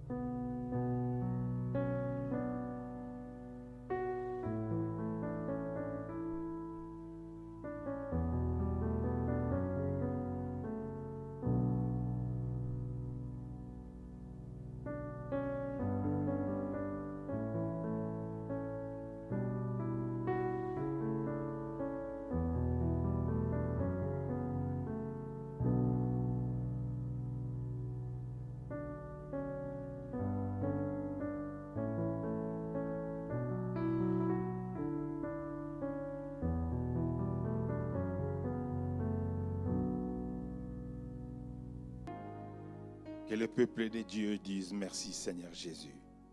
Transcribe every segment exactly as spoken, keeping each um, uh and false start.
Que le peuple de Dieu dise merci Seigneur Jésus.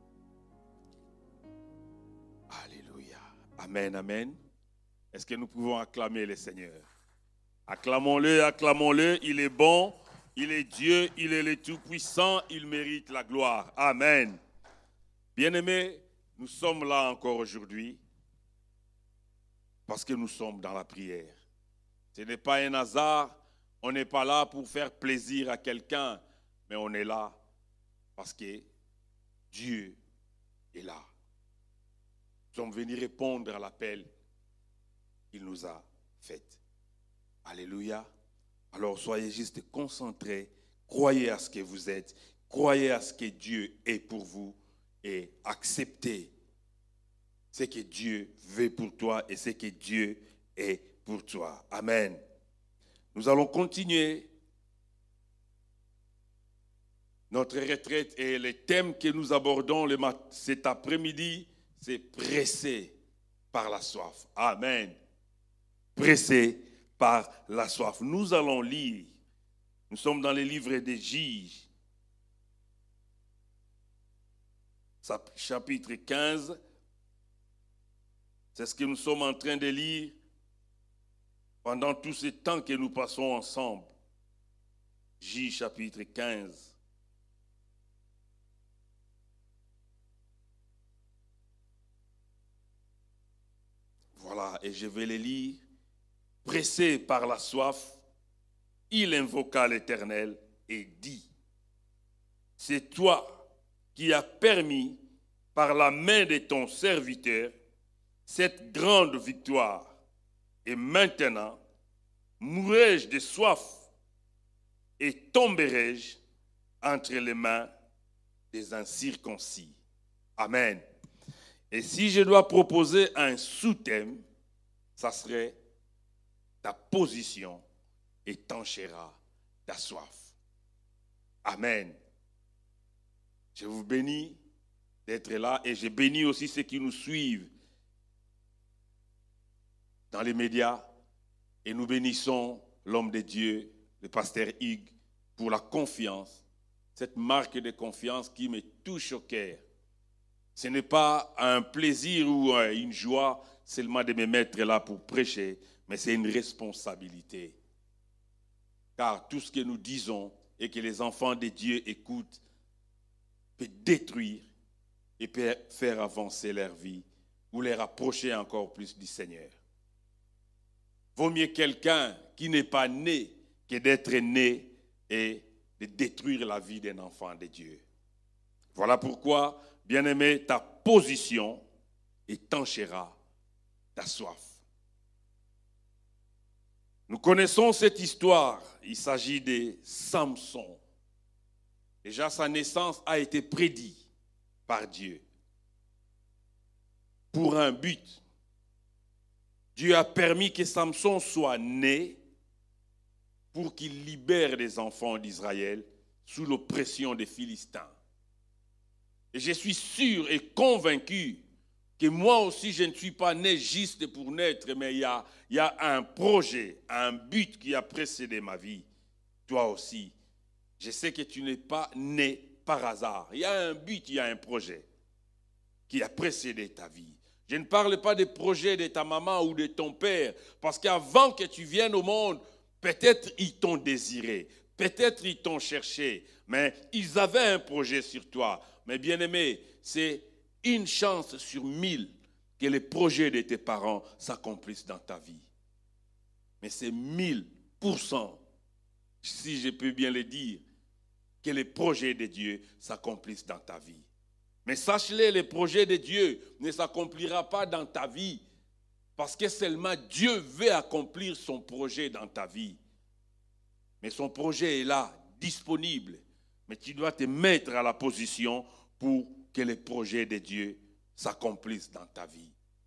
Alléluia. Amen, amen. Est-ce que nous pouvons acclamer le Seigneur? Acclamons-le, acclamons-le. Il est bon, il est Dieu, il est le Tout-Puissant, il mérite la gloire. Amen. Bien-aimés, nous sommes là encore aujourd'hui parce que nous sommes dans la prière. Ce n'est pas un hasard, on n'est pas là pour faire plaisir à quelqu'un, mais on est là parce que Dieu est là. Nous sommes venus répondre à l'appel qu'il nous a fait. Alléluia. Alors soyez juste concentrés, croyez à ce que vous êtes, croyez à ce que Dieu est pour vous et acceptez ce que Dieu veut pour toi et ce que Dieu est pour toi. Amen. Nous allons continuer notre retraite et les thèmes que nous abordons le mat- cet après-midi, c'est pressé par la soif. Amen. Pressé par la soif. Nous allons lire, nous sommes dans les livres des Juges, chapitre quinze. C'est ce que nous sommes en train de lire pendant tout ce temps que nous passons ensemble. Juges, chapitre quinze. Voilà, et je vais les lire. Pressé par la soif, il invoqua l'Éternel et dit, « C'est toi qui as permis par la main de ton serviteur cette grande victoire. Et maintenant, mourrai-je de soif et tomberai-je entre les mains des incirconcis. » Amen. Et si je dois proposer un sous-thème, ça serait ta position étanchera ta soif. Amen. Je vous bénis d'être là et je bénis aussi ceux qui nous suivent dans les médias et nous bénissons l'homme de Dieu, le pasteur Hugues, pour la confiance, cette marque de confiance qui me touche au cœur. Ce n'est pas un plaisir ou une joie seulement de me mettre là pour prêcher, mais c'est une responsabilité. Car tout ce que nous disons et que les enfants de Dieu écoutent peut détruire et peut faire avancer leur vie ou les rapprocher encore plus du Seigneur. Vaut mieux quelqu'un qui n'est pas né que d'être né et de détruire la vie d'un enfant de Dieu. Voilà pourquoi, bien-aimé, ta position étanchera ta soif. Nous connaissons cette histoire. Il s'agit de Samson. Déjà, sa naissance a été prédite par Dieu pour un but. Dieu a permis que Samson soit né pour qu'il libère les enfants d'Israël sous l'oppression des Philistins. Et je suis sûr et convaincu que moi aussi, je ne suis pas né juste pour naître, mais il y a, il y a un projet, un but qui a précédé ma vie. Toi aussi, je sais que tu n'es pas né par hasard. Il y a un but, il y a un projet qui a précédé ta vie. Je ne parle pas des projets de ta maman ou de ton père, parce qu'avant que tu viennes au monde, peut-être ils t'ont désiré, peut-être ils t'ont cherché, mais ils avaient un projet sur toi. Mais bien aimé, c'est une chance sur mille que les projets de tes parents s'accomplissent dans ta vie. Mais c'est mille pour cent, si je peux bien le dire, que les projets de Dieu s'accomplissent dans ta vie. Mais sache-le, les projets de Dieu ne s'accomplira pas dans ta vie parce que seulement Dieu veut accomplir son projet dans ta vie. Mais son projet est là, disponible. Mais tu dois te mettre à la position pour que les projets de Dieu s'accomplissent dans ta vie.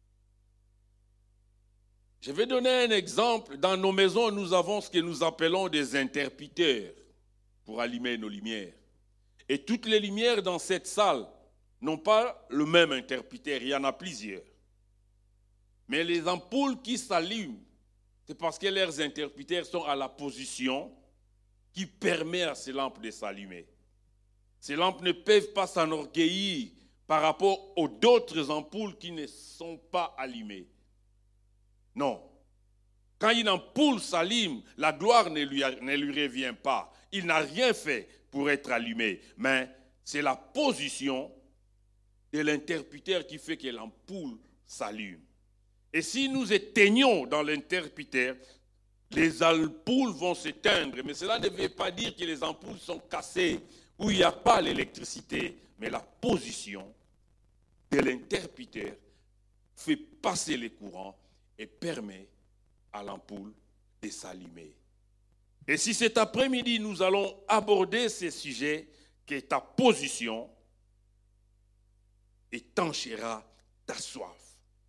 Je vais donner un exemple. Dans nos maisons, nous avons ce que nous appelons des interrupteurs pour allumer nos lumières. Et toutes les lumières dans cette salle n'ont pas le même interrupteur, il y en a plusieurs. Mais les ampoules qui s'allument, c'est parce que leurs interrupteurs sont à la position qui permet à ces lampes de s'allumer. Ces lampes ne peuvent pas s'enorgueillir par rapport aux d'autres ampoules qui ne sont pas allumées. Non. Quand une ampoule s'allume, la gloire ne lui, ne lui revient pas. Il n'a rien fait pour être allumé. Mais c'est la position de l'interrupteur qui fait que l'ampoule s'allume. Et si nous éteignons dans l'interrupteur, les ampoules vont s'éteindre. Mais cela ne veut pas dire que les ampoules sont cassées, où il n'y a pas l'électricité. Mais la position de l'interrupteur fait passer les courants et permet à l'ampoule de s'allumer. Et si cet après-midi, nous allons aborder ce sujet, que ta position étanchera ta soif.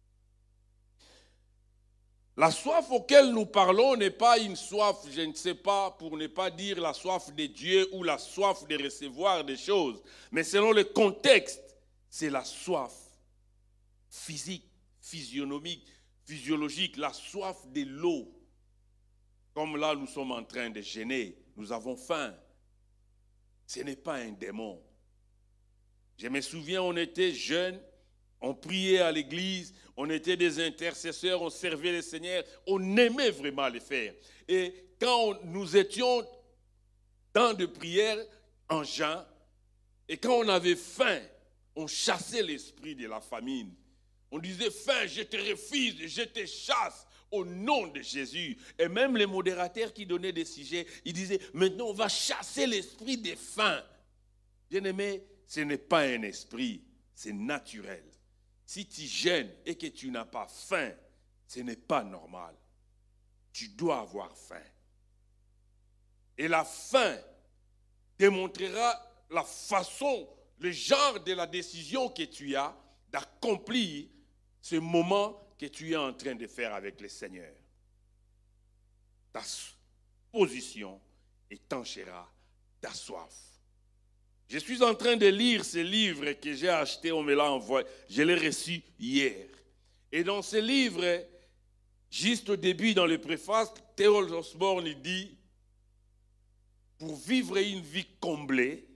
La soif auquel nous parlons n'est pas une soif, je ne sais pas, pour ne pas dire la soif de Dieu ou la soif de recevoir des choses, mais selon le contexte, c'est la soif physique, physionomique, physiologique, la soif de l'eau. Comme là, nous sommes en train de jeûner, nous avons faim. Ce n'est pas un démon. Je me souviens, on était jeunes, on priait à l'église, on était des intercesseurs, on servait le Seigneur, on aimait vraiment le faire. Et quand on, nous étions dans de prières en jeûne, et quand on avait faim, on chassait l'esprit de la famine. On disait, faim, je te refuse, je te chasse au nom de Jésus. Et même les modérateurs qui donnaient des sujets, ils disaient, maintenant on va chasser l'esprit des faim. Bien-aimé, ce n'est pas un esprit, c'est naturel. Si tu jeûnes et que tu n'as pas faim, ce n'est pas normal. Tu dois avoir faim. Et la faim démontrera la façon, le genre de la décision que tu as d'accomplir ce moment que tu es en train de faire avec le Seigneur. Ta position étanchera ta soif. Je suis en train de lire ce livre que j'ai acheté, on me l'a envoyé, je l'ai reçu hier. Et dans ce livre, juste au début, dans le préface, Théol Osborne dit, pour vivre une vie comblée,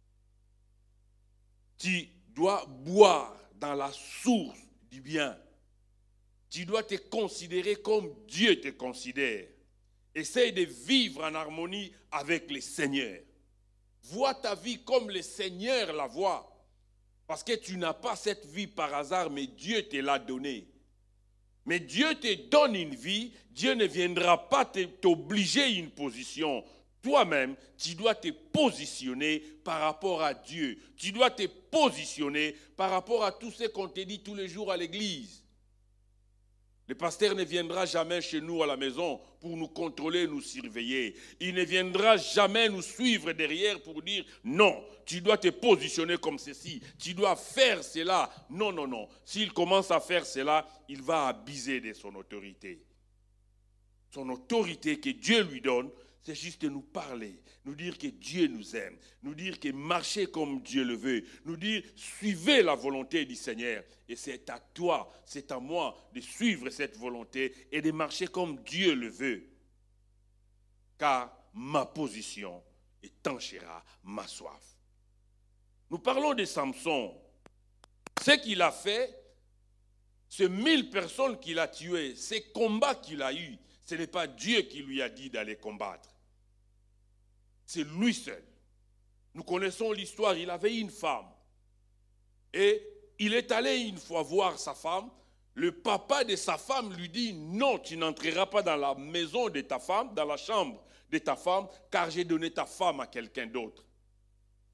tu dois boire dans la source du bien. Tu dois te considérer comme Dieu te considère. Essaye de vivre en harmonie avec le Seigneur. Vois ta vie comme le Seigneur la voit. Parce que tu n'as pas cette vie par hasard, mais Dieu te l'a donnée. Mais Dieu te donne une vie, Dieu ne viendra pas t'obliger à une position. Toi-même, tu dois te positionner par rapport à Dieu. Tu dois te positionner par rapport à tout ce qu'on te dit tous les jours à l'église. Le pasteur ne viendra jamais chez nous à la maison pour nous contrôler, nous surveiller. Il ne viendra jamais nous suivre derrière pour dire non, tu dois te positionner comme ceci, tu dois faire cela. Non, non, non. S'il commence à faire cela, il va abuser de son autorité. Son autorité que Dieu lui donne, c'est juste de nous parler, nous dire que Dieu nous aime, nous dire que marcher comme Dieu le veut, nous dire suivez la volonté du Seigneur. Et c'est à toi, c'est à moi de suivre cette volonté et de marcher comme Dieu le veut. Car ma position étanchera ma soif. Nous parlons de Samson. Ce qu'il a fait, ces mille personnes qu'il a tuées, ces combats qu'il a eus, ce n'est pas Dieu qui lui a dit d'aller combattre. C'est lui seul. Nous connaissons l'histoire, il avait une femme. Et il est allé une fois voir sa femme. Le papa de sa femme lui dit, non, tu n'entreras pas dans la maison de ta femme, dans la chambre de ta femme, car j'ai donné ta femme à quelqu'un d'autre.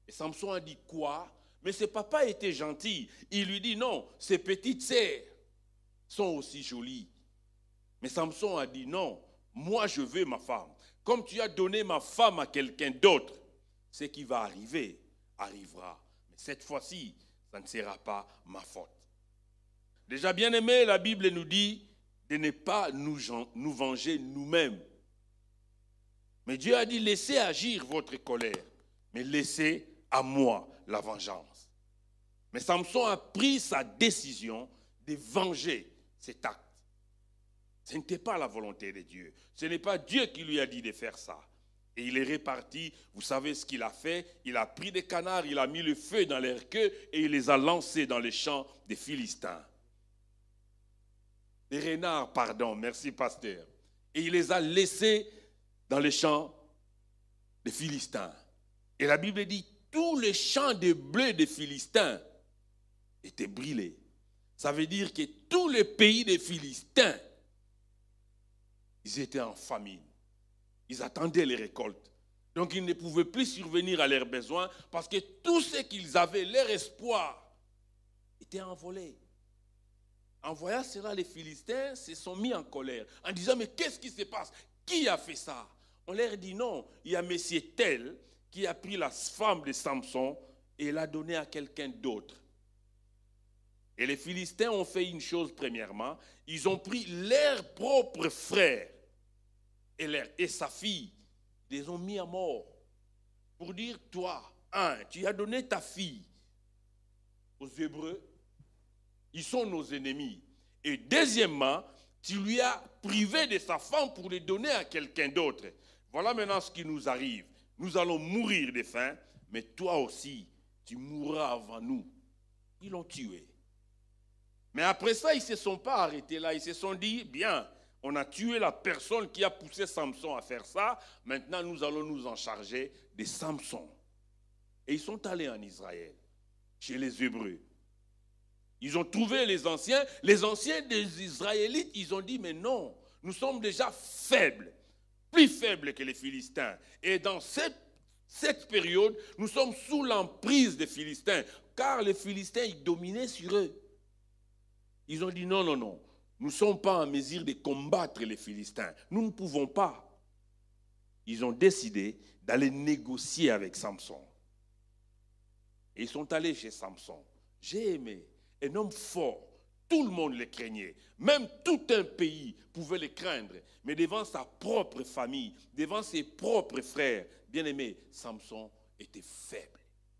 Et Samson a dit quoi? Mais ce papa était gentil. Il lui dit non, ses petites sœurs sont aussi jolies. Mais Samson a dit non, moi je veux ma femme. Comme tu as donné ma femme à quelqu'un d'autre, ce qui va arriver arrivera. Mais cette fois-ci, ça ne sera pas ma faute. Déjà bien aimé, la Bible nous dit de ne pas nous, nous venger nous-mêmes. Mais Dieu a dit laissez agir votre colère, mais laissez à moi la vengeance. Mais Samson a pris sa décision de venger cet acte. Ce n'était pas la volonté de Dieu. Ce n'est pas Dieu qui lui a dit de faire ça. Et il est reparti. Vous savez ce qu'il a fait? Il a pris des canards, il a mis le feu dans leur queue et il les a lancés dans les champs des Philistins. Des renards, pardon, merci pasteur. Et il les a laissés dans les champs des Philistins. Et la Bible dit, tous les champs de blé des Philistins étaient brûlés. Ça veut dire que tous les pays des Philistins, ils étaient en famine. Ils attendaient les récoltes. Donc ils ne pouvaient plus survenir à leurs besoins parce que tout ce qu'ils avaient, leur espoir, était envolé. En voyant cela, les Philistins se sont mis en colère en disant mais qu'est-ce qui se passe? Qui a fait ça? On leur dit non, il y a monsieur tel qui a pris la femme de Samson et l'a donnée à quelqu'un d'autre. Et les Philistins ont fait une chose premièrement, ils ont pris leur propre frère et, leur, et sa fille, ils les ont mis à mort pour dire toi, un, tu as donné ta fille aux Hébreux, ils sont nos ennemis. Et deuxièmement, tu lui as privé de sa femme pour les donner à quelqu'un d'autre. Voilà maintenant ce qui nous arrive. Nous allons mourir de faim, mais toi aussi, tu mourras avant nous. Ils l'ont tué. Mais après ça, ils ne se sont pas arrêtés là. Ils se sont dit, bien, on a tué la personne qui a poussé Samson à faire ça. Maintenant, nous allons nous en charger de Samson. Et ils sont allés en Israël, chez les Hébreux. Ils ont trouvé les anciens. Les anciens des Israélites, ils ont dit, mais non, nous sommes déjà faibles, plus faibles que les Philistins. Et dans cette, cette période, nous sommes sous l'emprise des Philistins, car les Philistins, ils dominaient sur eux. Ils ont dit, non, non, non, nous ne sommes pas en mesure de combattre les Philistins. Nous ne pouvons pas. Ils ont décidé d'aller négocier avec Samson. Et ils sont allés chez Samson. J'ai aimé. Un homme fort, tout le monde le craignait. Même tout un pays pouvait le craindre. Mais devant sa propre famille, devant ses propres frères, bien aimé, Samson était faible.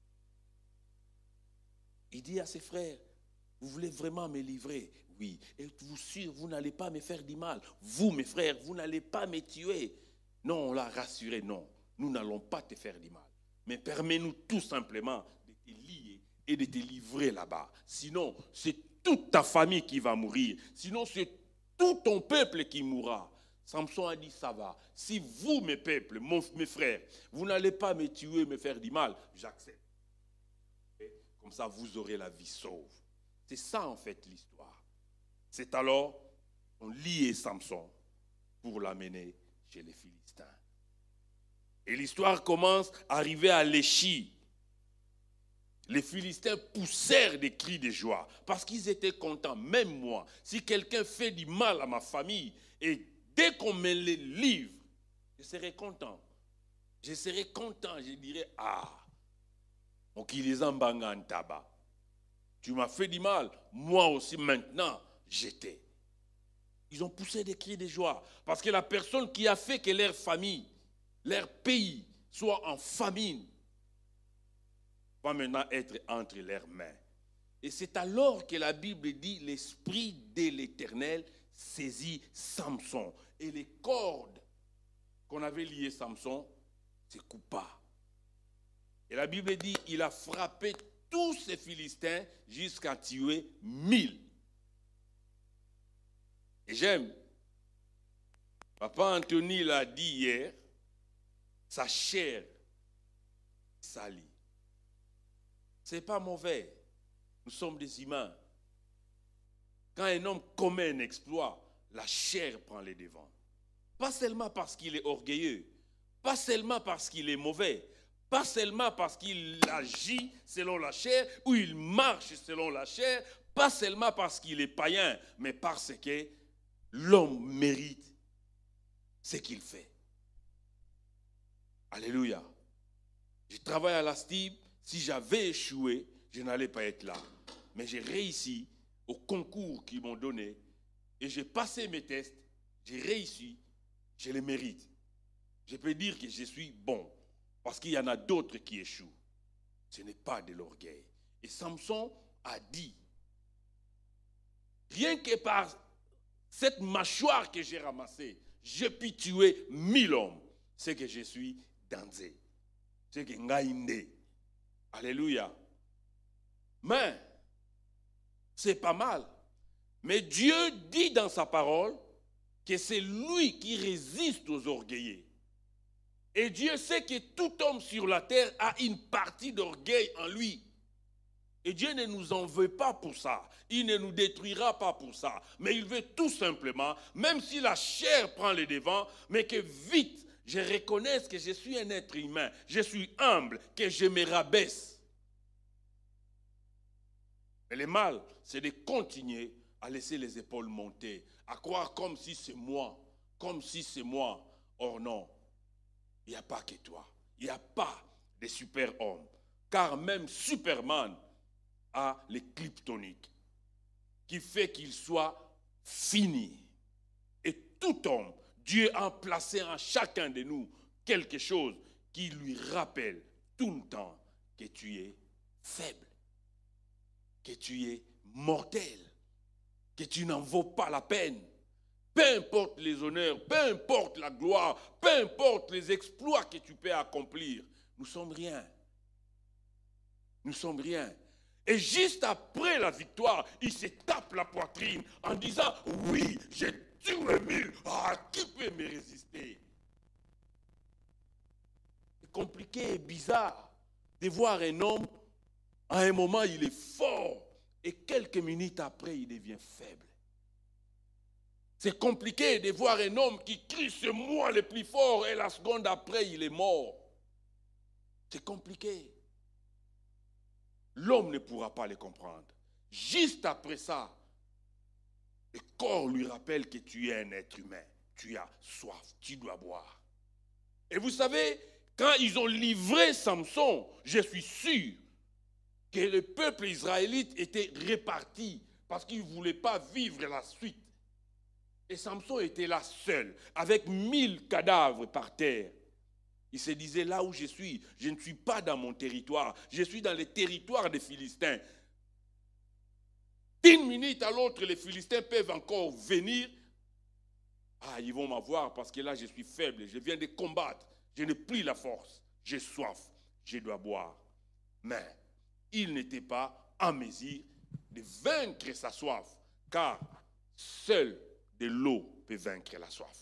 Il dit à ses frères, vous voulez vraiment me livrer? Oui. Et vous sûr, vous n'allez pas me faire du mal. Vous, mes frères, vous n'allez pas me tuer. Non, on l'a rassuré, non. Nous n'allons pas te faire du mal. Mais permets-nous tout simplement de te lier et de te livrer là-bas. Sinon, c'est toute ta famille qui va mourir. Sinon, c'est tout ton peuple qui mourra. Samson a dit, ça va. Si vous, mes peuples, mon, mes frères, vous n'allez pas me tuer, me faire du mal, j'accepte. Comme ça, vous aurez la vie sauve. C'est ça, en fait, l'histoire. C'est alors qu'on liait Samson pour l'amener chez les Philistins. Et l'histoire commence à arriver à Léchi. Les Philistins poussèrent des cris de joie parce qu'ils étaient contents. Même moi, si quelqu'un fait du mal à ma famille et dès qu'on me les livre, je serai content. Je serai content, je dirai, ah, tu m'as fait du mal, moi aussi maintenant, j'étais. Ils ont poussé des cris de joie parce que la personne qui a fait que leur famille, leur pays soit en famine, va maintenant être entre leurs mains. Et c'est alors que la Bible dit, l'esprit de l'Éternel saisit Samson. Et les cordes qu'on avait liées Samson se coupa. Et la Bible dit, il a frappé tous ces Philistins jusqu'à tuer mille. Et j'aime, Papa Anthony l'a dit hier, sa chair salie. Ce n'est pas mauvais. Nous sommes des humains. Quand un homme commet un exploit, la chair prend les devants. Pas seulement parce qu'il est orgueilleux, pas seulement parce qu'il est mauvais, Pas seulement parce qu'il agit selon la chair ou il marche selon la chair, pas seulement parce qu'il est païen, mais parce que l'homme mérite ce qu'il fait. Alléluia. Je travaille à la S T I B. Si j'avais échoué, je n'allais pas être là. Mais j'ai réussi au concours qu'ils m'ont donné et j'ai passé mes tests, j'ai réussi, je les mérite. Je peux dire que je suis bon parce qu'il y en a d'autres qui échouent. Ce n'est pas de l'orgueil. Et Samson a dit, rien que par cette mâchoire que j'ai ramassée, je puis tuer mille hommes. C'est que je suis dansé. C'est que ngaïndé. Alléluia. Mais, c'est pas mal. Mais Dieu dit dans sa parole que c'est lui qui résiste aux orgueilleux. Et Dieu sait que tout homme sur la terre a une partie d'orgueil en lui. Et Dieu ne nous en veut pas pour ça. Il ne nous détruira pas pour ça. Mais il veut tout simplement, même si la chair prend le devant, mais que vite, je reconnaisse que je suis un être humain, je suis humble, que je me rabaisse. Mais le mal, c'est de continuer à laisser les épaules monter, à croire comme si c'est moi, comme si c'est moi. Or non, il n'y a pas que toi. Il n'y a pas de super-hommes. Car même Superman a les kryptoniques qui fait qu'il soit fini. Et tout homme, Dieu a placé en chacun de nous quelque chose qui lui rappelle tout le temps que tu es faible, que tu es mortel, que tu n'en vaux pas la peine. Peu importe les honneurs, peu importe la gloire, peu importe les exploits que tu peux accomplir, nous sommes rien. Nous sommes rien. Et juste après la victoire, il se tape la poitrine en disant « Oui, j'ai tué mille. Ah, qui peut me résister ?» C'est compliqué et bizarre de voir un homme, à un moment il est fort, et quelques minutes après il devient faible. C'est compliqué de voir un homme qui crie « C'est moi le plus fort » et la seconde après il est mort. C'est compliqué. L'homme ne pourra pas le comprendre. Juste après ça, le corps lui rappelle que tu es un être humain. Tu as soif, tu dois boire. Et vous savez, quand ils ont livré Samson, je suis sûr que le peuple israélite était réparti parce qu'il ne voulait pas vivre la suite. Et Samson était là seul, avec mille cadavres par terre. Il se disait, là où je suis, je ne suis pas dans mon territoire, je suis dans le territoire des Philistins. D'une minute à l'autre, les Philistins peuvent encore venir. Ah, ils vont m'avoir parce que là, je suis faible, je viens de combattre, je n'ai plus la force, j'ai soif, je dois boire. Mais il n'était pas en mesure de vaincre sa soif, car seule de l'eau peut vaincre la soif.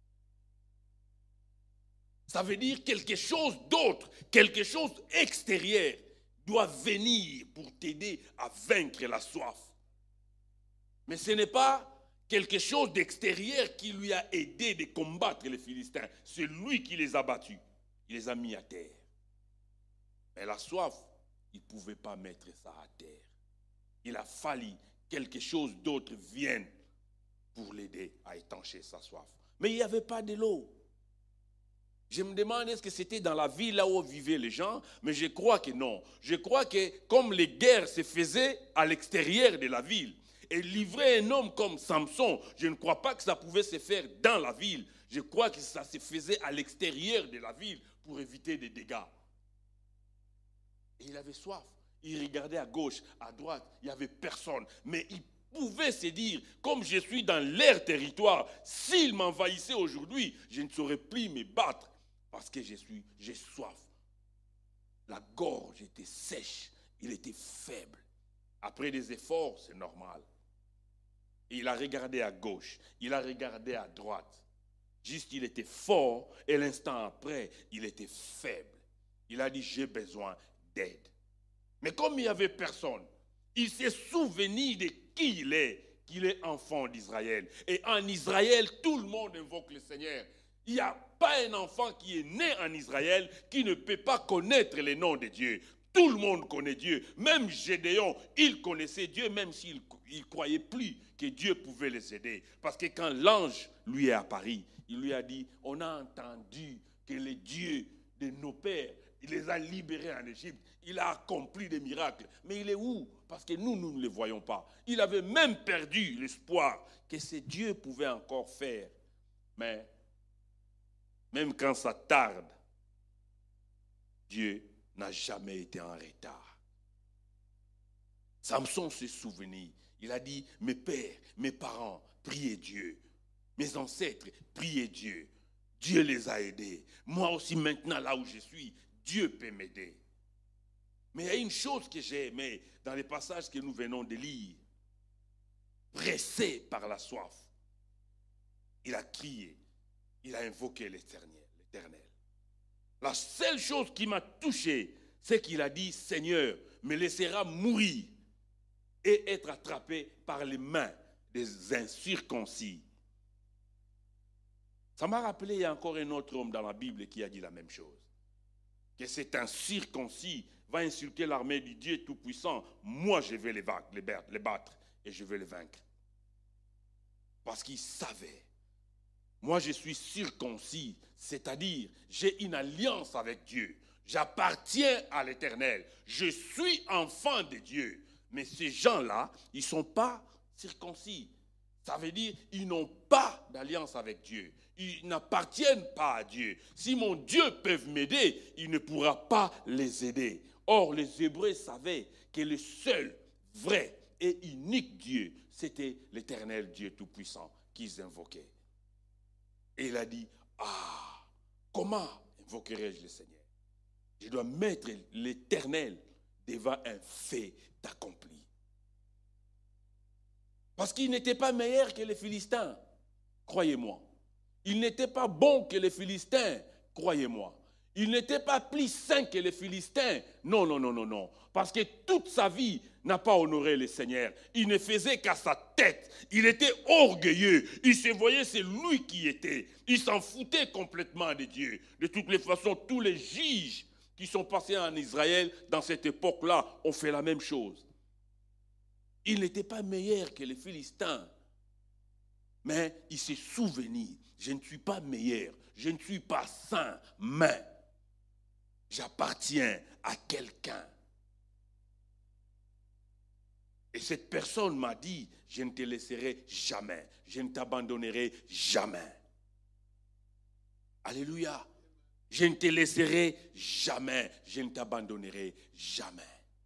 Ça veut dire quelque chose d'autre, quelque chose extérieur doit venir pour t'aider à vaincre la soif. Mais ce n'est pas quelque chose d'extérieur qui lui a aidé de combattre les Philistins. C'est lui qui les a battus. Il les a mis à terre. Mais la soif, il ne pouvait pas mettre ça à terre. Il a fallu quelque chose d'autre vienne pour l'aider à étancher sa soif. Mais il n'y avait pas de l'eau. Je me demande est-ce que c'était dans la ville là où vivaient les gens, mais je crois que non. Je crois que comme les guerres se faisaient à l'extérieur de la ville, et livrer un homme comme Samson, je ne crois pas que ça pouvait se faire dans la ville. Je crois que ça se faisait à l'extérieur de la ville pour éviter des dégâts. Et il avait soif. Il regardait à gauche, à droite, il n'y avait personne. Mais il pouvait se dire, comme je suis dans leur territoire, s'ils m'envahissaient aujourd'hui, je ne saurais plus me battre parce que je suis, j'ai soif. La gorge était sèche, il était faible. Après des efforts, c'est normal. Et il a regardé à gauche, il a regardé à droite. Juste, il était fort et l'instant après, il était faible. Il a dit, j'ai besoin d'aide. Mais comme il n'y avait personne, il s'est souvenu de qui il est, qu'il est enfant d'Israël. Et en Israël, tout le monde invoque le Seigneur. Il n'y a pas un enfant qui est né en Israël qui ne peut pas connaître les noms de Dieu. Tout le monde connaît Dieu. Même Gédéon, il connaissait Dieu, même s'il ne croyait plus que Dieu pouvait les aider. Parce que quand l'ange lui est apparu, il lui a dit, on a entendu que le Dieu de nos pères, il les a libérés en Égypte. Il a accompli des miracles. Mais il est où? Parce que nous, nous ne le voyons pas. Il avait même perdu l'espoir que ce Dieu pouvait encore faire. Mais même quand ça tarde, Dieu n'a jamais été en retard. Samson se souvenait. Il a dit, mes pères, mes parents, priez Dieu. Mes ancêtres, priez Dieu. Dieu les a aidés. Moi aussi maintenant, là où je suis, Dieu peut m'aider. Mais il y a une chose que j'ai aimée dans les passages que nous venons de lire. Pressé par la soif, il a crié, il a invoqué l'Éternel. La seule chose qui m'a touché, c'est qu'il a dit, Seigneur, me laissera mourir et être attrapé par les mains des incirconcis. Ça m'a rappelé, il y a encore un autre homme dans la Bible qui a dit la même chose. Que cet incirconcis va insulter l'armée du Dieu Tout-Puissant. Moi, je vais les battre, les battre et je vais les vaincre. Parce qu'il savait. Moi, je suis circoncis, c'est-à-dire j'ai une alliance avec Dieu. J'appartiens à l'Éternel. Je suis enfant de Dieu. Mais ces gens-là, ils ne sont pas circoncis. Ça veut dire qu'ils n'ont pas d'alliance avec Dieu. Ils n'appartiennent pas à Dieu. Si mon Dieu peut m'aider, il ne pourra pas les aider. Or, les Hébreux savaient que le seul, vrai et unique Dieu, c'était l'Éternel Dieu Tout-Puissant qu'ils invoquaient. Et il a dit, ah, comment invoquerai-je le Seigneur? Je dois mettre l'Éternel devant un fait accompli. Parce qu'il n'était pas meilleur que les Philistins, croyez-moi. Il n'était pas bon que les Philistins, croyez-moi. Il n'était pas plus saint que les Philistins. Non, non, non, non, non. Parce que toute sa vie n'a pas honoré le Seigneur. Il ne faisait qu'à sa tête. Il était orgueilleux. Il se voyait, c'est lui qui était. Il s'en foutait complètement de Dieu. De toutes les façons, tous les juges qui sont passés en Israël dans cette époque-là ont fait la même chose. Il n'était pas meilleur que les Philistins. Mais il s'est souvenu, je ne suis pas meilleur, je ne suis pas saint, mais j'appartiens à quelqu'un. Et cette personne m'a dit, je ne te laisserai jamais, je ne t'abandonnerai jamais. Alléluia. Je ne te laisserai jamais, je ne t'abandonnerai jamais.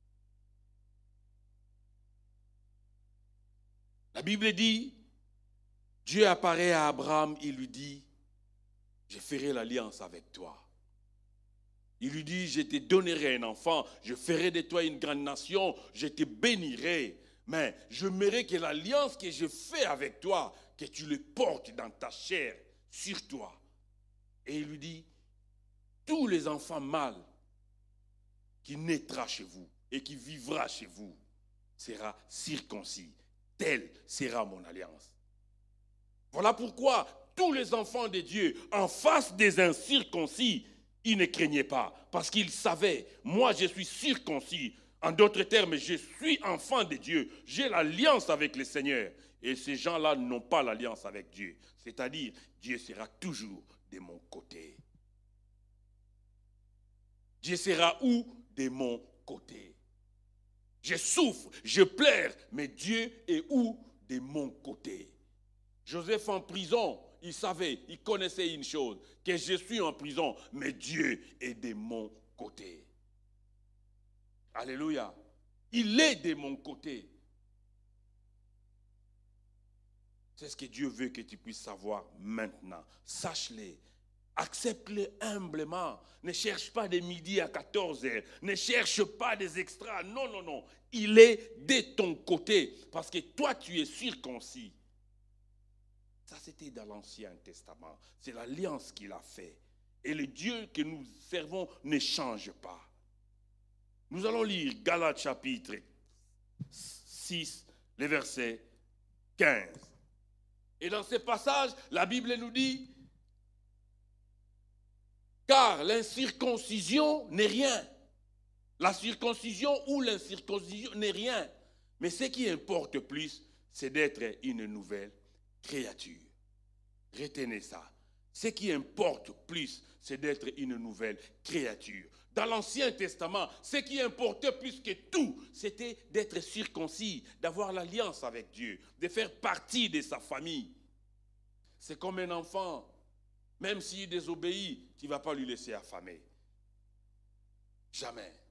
La Bible dit, Dieu apparaît à Abraham, il lui dit, je ferai l'alliance avec toi. Il lui dit, je te donnerai un enfant, je ferai de toi une grande nation, je te bénirai. Mais je mérite que l'alliance que je fais avec toi, que tu le portes dans ta chair, sur toi. Et il lui dit, tous les enfants mâles qui naîtra chez vous et qui vivra chez vous sera circoncis. Telle sera mon alliance. Voilà pourquoi tous les enfants de Dieu, en face des incirconcis, ils ne craignaient pas. Parce qu'ils savaient, moi je suis circoncis. En d'autres termes, je suis enfant de Dieu. J'ai l'alliance avec le Seigneur. Et ces gens-là n'ont pas l'alliance avec Dieu. C'est-à-dire, Dieu sera toujours de mon côté. Dieu sera où? De mon côté. Je souffre, je pleure, mais Dieu est où? De mon côté. Joseph en prison, il savait, il connaissait une chose, que je suis en prison, mais Dieu est de mon côté. Alléluia. Il est de mon côté. C'est ce que Dieu veut que tu puisses savoir maintenant. Sache-le. Accepte-le humblement. Ne cherche pas des midi à quatorze heures. Ne cherche pas des extras. Non, non, non. Il est de ton côté. Parce que toi, tu es circoncis. Ça, c'était dans l'Ancien Testament. C'est l'alliance qu'il a fait. Et le Dieu que nous servons ne change pas. Nous allons lire Galates chapitre six, le verset quinze. Et dans ce passage, la Bible nous dit, Car l'incirconcision n'est rien. La circoncision ou l'incirconcision n'est rien. Mais ce qui importe plus, c'est d'être une nouvelle créature. Retenez ça. Ce qui importe plus, c'est d'être une nouvelle créature. Dans l'Ancien Testament, ce qui importait plus que tout, c'était d'être circoncis, d'avoir l'alliance avec Dieu, de faire partie de sa famille. C'est comme un enfant, même s'il désobéit, tu ne vas pas lui laisser affamer. Jamais.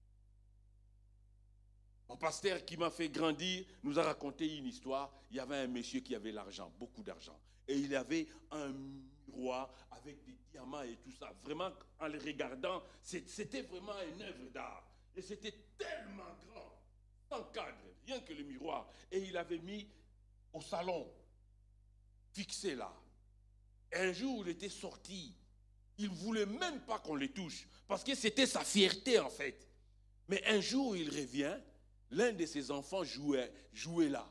Mon pasteur qui m'a fait grandir nous a raconté une histoire. Il y avait un monsieur qui avait l'argent, beaucoup d'argent. Et il avait un miroir avec des diamants et tout ça. Vraiment, en le regardant, c'était vraiment une œuvre d'art. Et c'était tellement grand, sans cadre, rien que le miroir. Et il avait mis au salon, fixé là. Et un jour, il était sorti. Il ne voulait même pas qu'on le touche, parce que c'était sa fierté en fait. Mais un jour, il revient, l'un de ses enfants jouait, jouait là.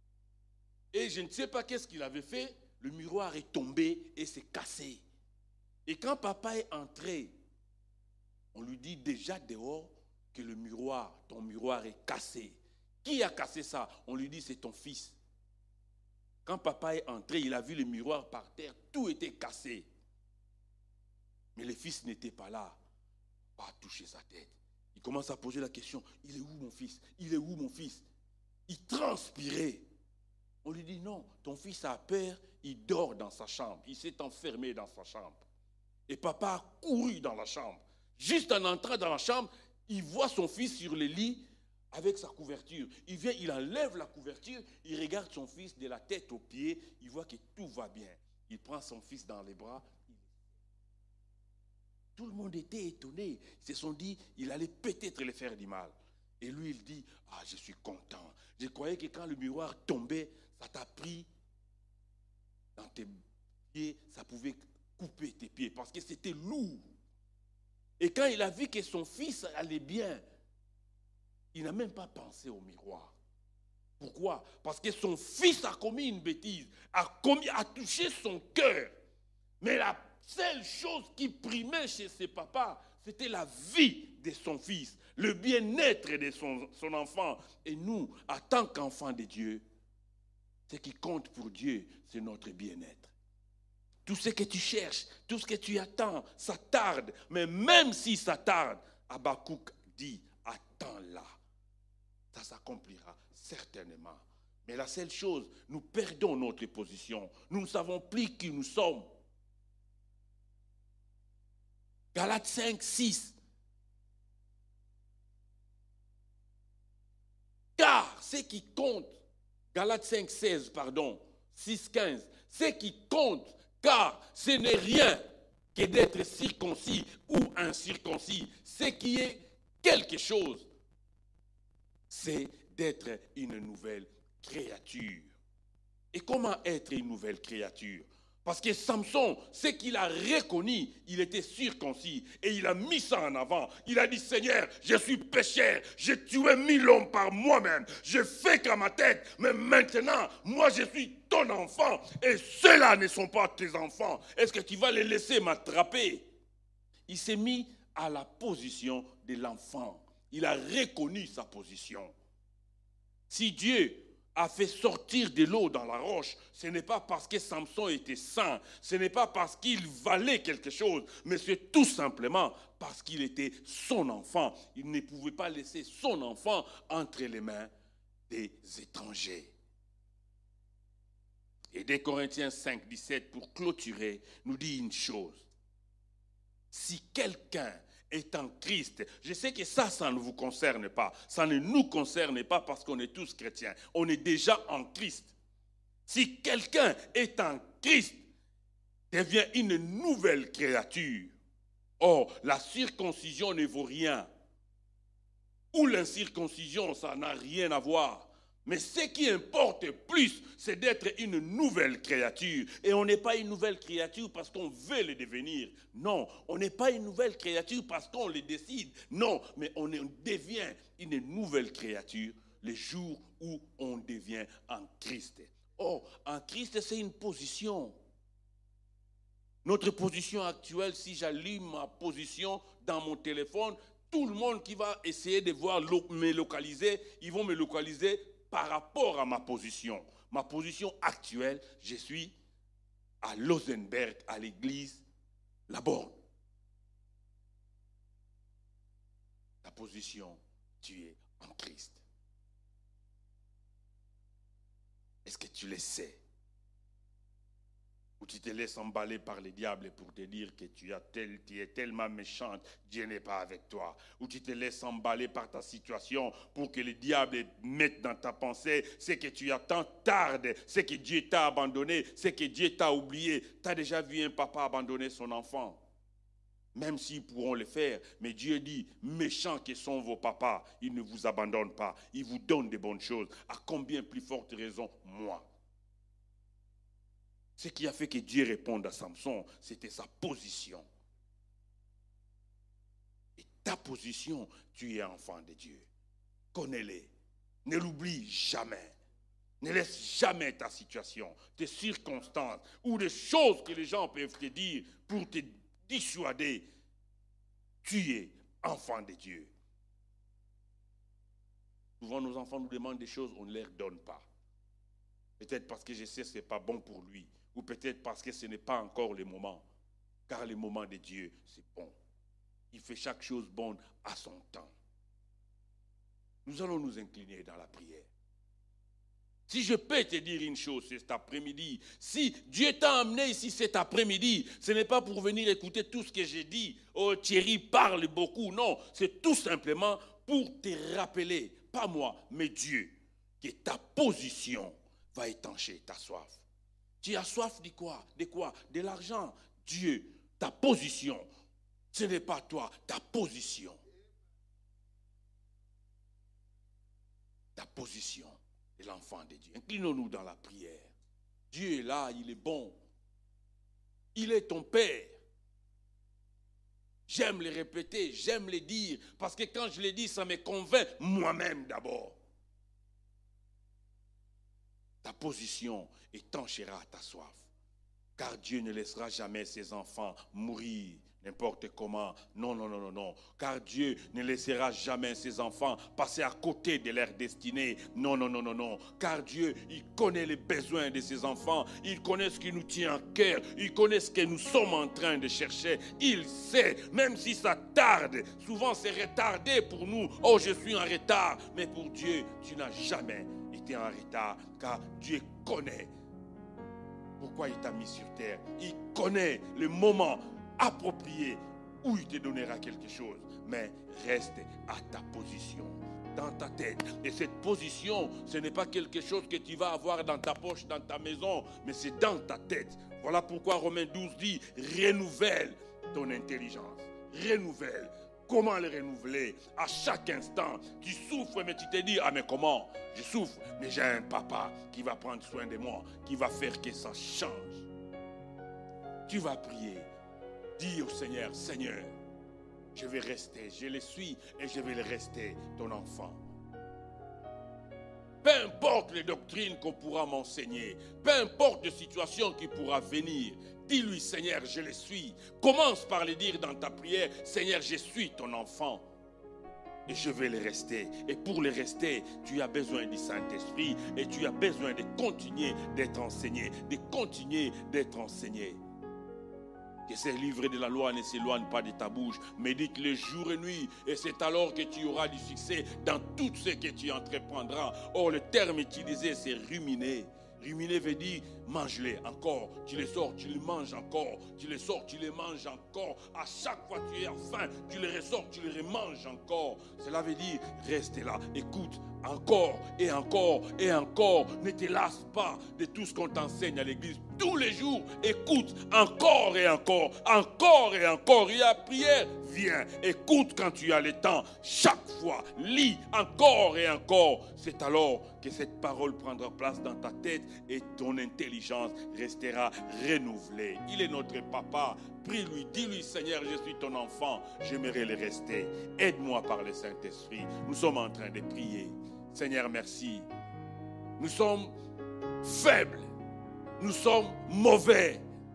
Et je ne sais pas qu'est-ce qu'il avait fait. Le miroir est tombé et s'est cassé. Et quand papa est entré, on lui dit déjà dehors que le miroir, ton miroir est cassé. Qui a cassé ça? On lui dit c'est ton fils. Quand papa est entré, il a vu le miroir par terre, tout était cassé. Mais le fils n'était pas là. Pas toucher sa tête. Il commence à poser la question, il est où mon fils? Il est où mon fils? Il transpirait. On lui dit non, ton fils a peur, il dort dans sa chambre. Il s'est enfermé dans sa chambre. Et papa a couru dans la chambre. Juste en entrant dans la chambre, il voit son fils sur le lit avec sa couverture. Il vient, il enlève la couverture, il regarde son fils de la tête aux pieds, il voit que tout va bien. Il prend son fils dans les bras. Tout le monde était étonné. Ils se sont dit, il allait peut-être le faire du mal. Et lui, il dit, ah, je suis content. Je croyais que quand le miroir tombait, ça t'a pris dans tes pieds, ça pouvait couper tes pieds parce que c'était lourd. Et quand il a vu que son fils allait bien, il n'a même pas pensé au miroir. Pourquoi? Parce que son fils a commis une bêtise, a, commis, a touché son cœur. Mais la seule chose qui primait chez ses papas, c'était la vie de son fils, le bien-être de son, son enfant. Et nous, en tant qu'enfants de Dieu, ce qui compte pour Dieu, c'est notre bien-être. Tout ce que tu cherches, tout ce que tu attends, ça tarde. Mais même si ça tarde, Habakkuk dit, attends-là. Ça s'accomplira certainement. Mais la seule chose, nous perdons notre position. Nous ne savons plus qui nous sommes. Galates cinq, six. Car ce qui compte, Galates cinq, seize, pardon, six, quinze, ce qui compte, car ce n'est rien que d'être circoncis ou incirconcis. Ce qui est quelque chose, c'est d'être une nouvelle créature. Et comment être une nouvelle créature? Parce que Samson, ce qu'il a reconnu, il était circoncis et il a mis ça en avant. Il a dit, Seigneur, je suis pécheur, j'ai tué mille hommes par moi-même, je fais qu'à ma tête, mais maintenant, moi je suis ton enfant et ceux-là ne sont pas tes enfants. Est-ce que tu vas les laisser m'attraper? Il s'est mis à la position de l'enfant. Il a reconnu sa position. Si Dieu a fait sortir de l'eau dans la roche, ce n'est pas parce que Samson était saint, ce n'est pas parce qu'il valait quelque chose, mais c'est tout simplement parce qu'il était son enfant. Il ne pouvait pas laisser son enfant entre les mains des étrangers. Et deux Corinthiens cinq, dix-sept, pour clôturer, nous dit une chose. Si quelqu'un est en Christ. Je sais que ça, ça ne vous concerne pas. Ça ne nous concerne pas parce qu'on est tous chrétiens. On est déjà en Christ. Si quelqu'un est en Christ, devient une nouvelle créature. Or, la circoncision ne vaut rien. Ou l'incirconcision, ça n'a rien à voir. Mais ce qui importe plus, c'est d'être une nouvelle créature. Et on n'est pas une nouvelle créature parce qu'on veut le devenir. Non, on n'est pas une nouvelle créature parce qu'on le décide. Non, mais on devient une nouvelle créature le jour où on devient en Christ. Oh, en Christ, c'est une position. Notre position actuelle, si j'allume ma position dans mon téléphone, tout le monde qui va essayer de voir me localiser, ils vont me localiser par rapport à ma position. Ma position actuelle, je suis à Lausenberg, à l'église La Borne. Ta position, tu es en Christ. Est-ce que tu le sais? Ou tu te laisses emballer par le diable pour te dire que tu, as tel, tu es tellement méchante, Dieu n'est pas avec toi. Ou tu te laisses emballer par ta situation pour que le diable mette dans ta pensée ce que tu attends tarde, ce que Dieu t'a abandonné, ce que Dieu t'a oublié. Tu as déjà vu un papa abandonner son enfant? Même s'ils pourront le faire, mais Dieu dit, méchants que sont vos papas, ils ne vous abandonnent pas, ils vous donnent de bonnes choses. À combien plus forte raison, moi? Ce qui a fait que Dieu réponde à Samson, c'était sa position. Et ta position, tu es enfant de Dieu. Connais-les. Ne l'oublie jamais. Ne laisse jamais ta situation, tes circonstances ou des choses que les gens peuvent te dire pour te dissuader. Tu es enfant de Dieu. Souvent, nos enfants nous demandent des choses, on ne leur donne pas. Peut-être parce que je sais que ce n'est pas bon pour lui. Ou peut-être parce que ce n'est pas encore le moment. Car le moment de Dieu, c'est bon. Il fait chaque chose bonne à son temps. Nous allons nous incliner dans la prière. Si je peux te dire une chose cet après-midi, si Dieu t'a amené ici cet après-midi, ce n'est pas pour venir écouter tout ce que j'ai dit. Oh, Thierry parle beaucoup. Non, c'est tout simplement pour te rappeler, pas moi, mais Dieu, que ta position va étancher ta soif. Tu as soif de quoi? De quoi? De l'argent. Dieu, ta position, ce n'est pas toi, ta position. Ta position est l'enfant de Dieu. Inclinons-nous dans la prière. Dieu est là, il est bon. Il est ton Père. J'aime le répéter, j'aime le dire, parce que quand je le dis, ça me convainc moi-même d'abord. Ta position étanchera ta soif. Car Dieu ne laissera jamais ses enfants mourir n'importe comment. Non, non, non, non, non. Car Dieu ne laissera jamais ses enfants passer à côté de leur destinée. Non, non, non, non, non. Car Dieu, il connaît les besoins de ses enfants. Il connaît ce qui nous tient à cœur. Il connaît ce que nous sommes en train de chercher. Il sait, même si ça tarde. Souvent, c'est retardé pour nous. Oh, je suis en retard. Mais pour Dieu, tu n'as jamais été en retard. Car Dieu connaît pourquoi il t'a mis sur terre. Il connaît le moment approprié où il te donnera quelque chose. Mais reste à ta position, dans ta tête. Et cette position, ce n'est pas quelque chose que tu vas avoir dans ta poche, dans ta maison, mais c'est dans ta tête. Voilà pourquoi Romains douze dit, renouvelle ton intelligence. Renouvelle. Comment le renouveler? À chaque instant, tu souffres, mais tu te dis, ah mais comment? Je souffre, mais j'ai un papa qui va prendre soin de moi, qui va faire que ça change. Tu vas prier. Dis au Seigneur, Seigneur, je vais rester, je le suis et je vais le rester, ton enfant. Peu importe les doctrines qu'on pourra m'enseigner, peu importe les situations qui pourra venir, dis-lui, Seigneur, je le suis. Commence par le dire dans ta prière, Seigneur, je suis ton enfant. Et je vais le rester. Et pour le rester, tu as besoin du Saint-Esprit et tu as besoin de continuer d'être enseigné, de continuer d'être enseigné. Que ces livres de la loi ne s'éloignent pas de ta bouche. Médite-les jour et nuit. Et c'est alors que tu auras du succès dans tout ce que tu entreprendras. Or, le terme utilisé, c'est ruminer. Ruminer veut dire mange-les encore. Tu les sors, tu les manges encore. Tu les sors, tu les manges encore. À chaque fois que tu es à faim, tu les ressors, tu les remanges encore. Cela veut dire reste là, écoute encore et encore et encore. Ne te lasse pas de tout ce qu'on t'enseigne à l'église. Tous les jours, écoute encore et encore, encore et encore. Il y a prière, viens, écoute quand tu as le temps. Chaque fois, lis encore et encore. C'est alors que cette parole prendra place dans ta tête et ton intelligence restera renouvelée. Il est notre papa. Prie-lui, dis-lui, Seigneur, je suis ton enfant, j'aimerais le rester. Aide-moi par le Saint-Esprit. Nous sommes en train de prier. Seigneur, merci. Nous sommes faibles. Nous sommes mauvais.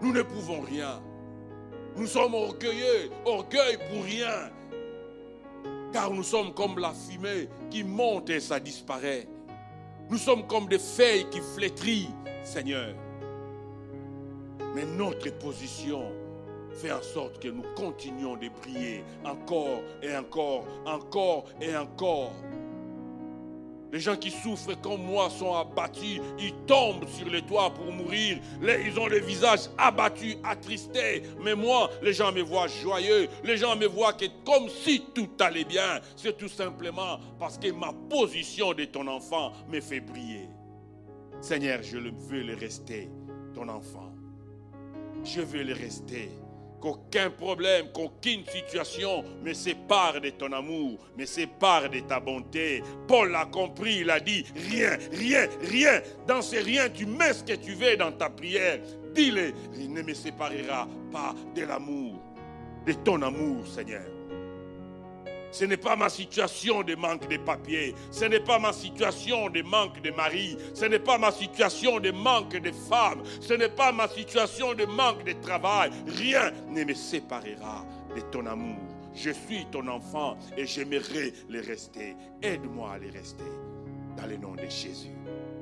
Nous ne pouvons rien. Nous sommes orgueilleux, orgueil pour rien. Car nous sommes comme la fumée qui monte et ça disparaît. Nous sommes comme des feuilles qui flétrissent, Seigneur. Mais notre position fait en sorte que nous continuons de briller encore et encore, encore et encore. Les gens qui souffrent comme moi sont abattus, ils tombent sur les toits pour mourir. Les, ils ont le visage abattu, attristé. Mais moi, les gens me voient joyeux. Les gens me voient que comme si tout allait bien. C'est tout simplement parce que ma position de ton enfant me fait briller. Seigneur, je veux le rester, ton enfant. Je veux le rester. Qu'aucun problème, qu'aucune situation me sépare de ton amour, me sépare de ta bonté. Paul l'a compris, il a dit, rien, rien, rien. Dans ces rien, tu mets ce que tu veux dans ta prière. Dis-le, il ne me séparera pas de l'amour, de ton amour, Seigneur. Ce n'est pas ma situation de manque de papier. Ce n'est pas ma situation de manque de mari. Ce n'est pas ma situation de manque de femme. Ce n'est pas ma situation de manque de travail. Rien ne me séparera de ton amour. Je suis ton enfant et j'aimerais le rester. Aide-moi à le rester dans le nom de Jésus.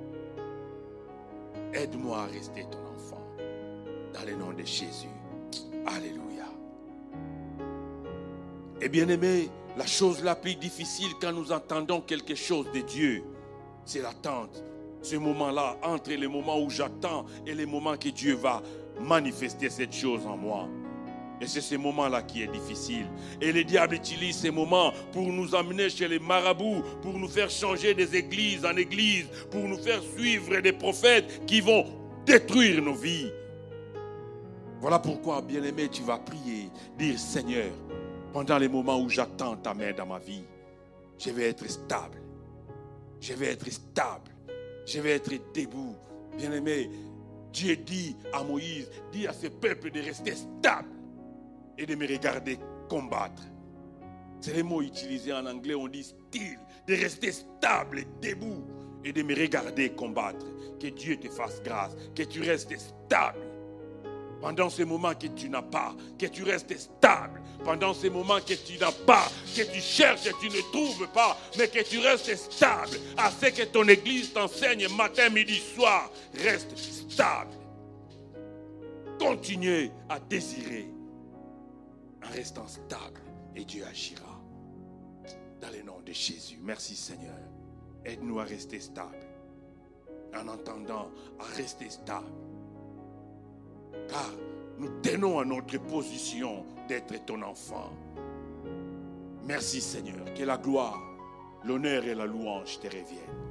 Aide-moi à rester ton enfant dans le nom de Jésus. Alléluia. Et bien aimé, la chose la plus difficile quand nous entendons quelque chose de Dieu, c'est l'attente. Ce moment-là, entre les moments où j'attends et les moments que Dieu va manifester cette chose en moi. Et c'est ce moment-là qui est difficile. Et le diable utilise ces moments pour nous amener chez les marabouts, pour nous faire changer des églises en églises, pour nous faire suivre des prophètes qui vont détruire nos vies. Voilà pourquoi, bien-aimé, tu vas prier, dire Seigneur, pendant les moments où j'attends ta main dans ma vie, je vais être stable. Je vais être stable. Je vais être debout. Bien-aimé, Dieu dit à Moïse, dit à ce peuple de rester stable et de me regarder combattre. C'est les mots utilisés en anglais, on dit still, de rester stable et debout et de me regarder combattre. Que Dieu te fasse grâce, que tu restes stable. Pendant ces moments que tu n'as pas, que tu restes stable. Pendant ces moments que tu n'as pas, que tu cherches et tu ne trouves pas, mais que tu restes stable. À ce que ton église t'enseigne matin, midi, soir, reste stable. Continuez à désirer en restant stable et Dieu agira. Dans le nom de Jésus, merci Seigneur. Aide-nous à rester stable. En entendant, à rester stable. Car nous tenons à notre position d'être ton enfant. Merci Seigneur, que la gloire, l'honneur et la louange te reviennent.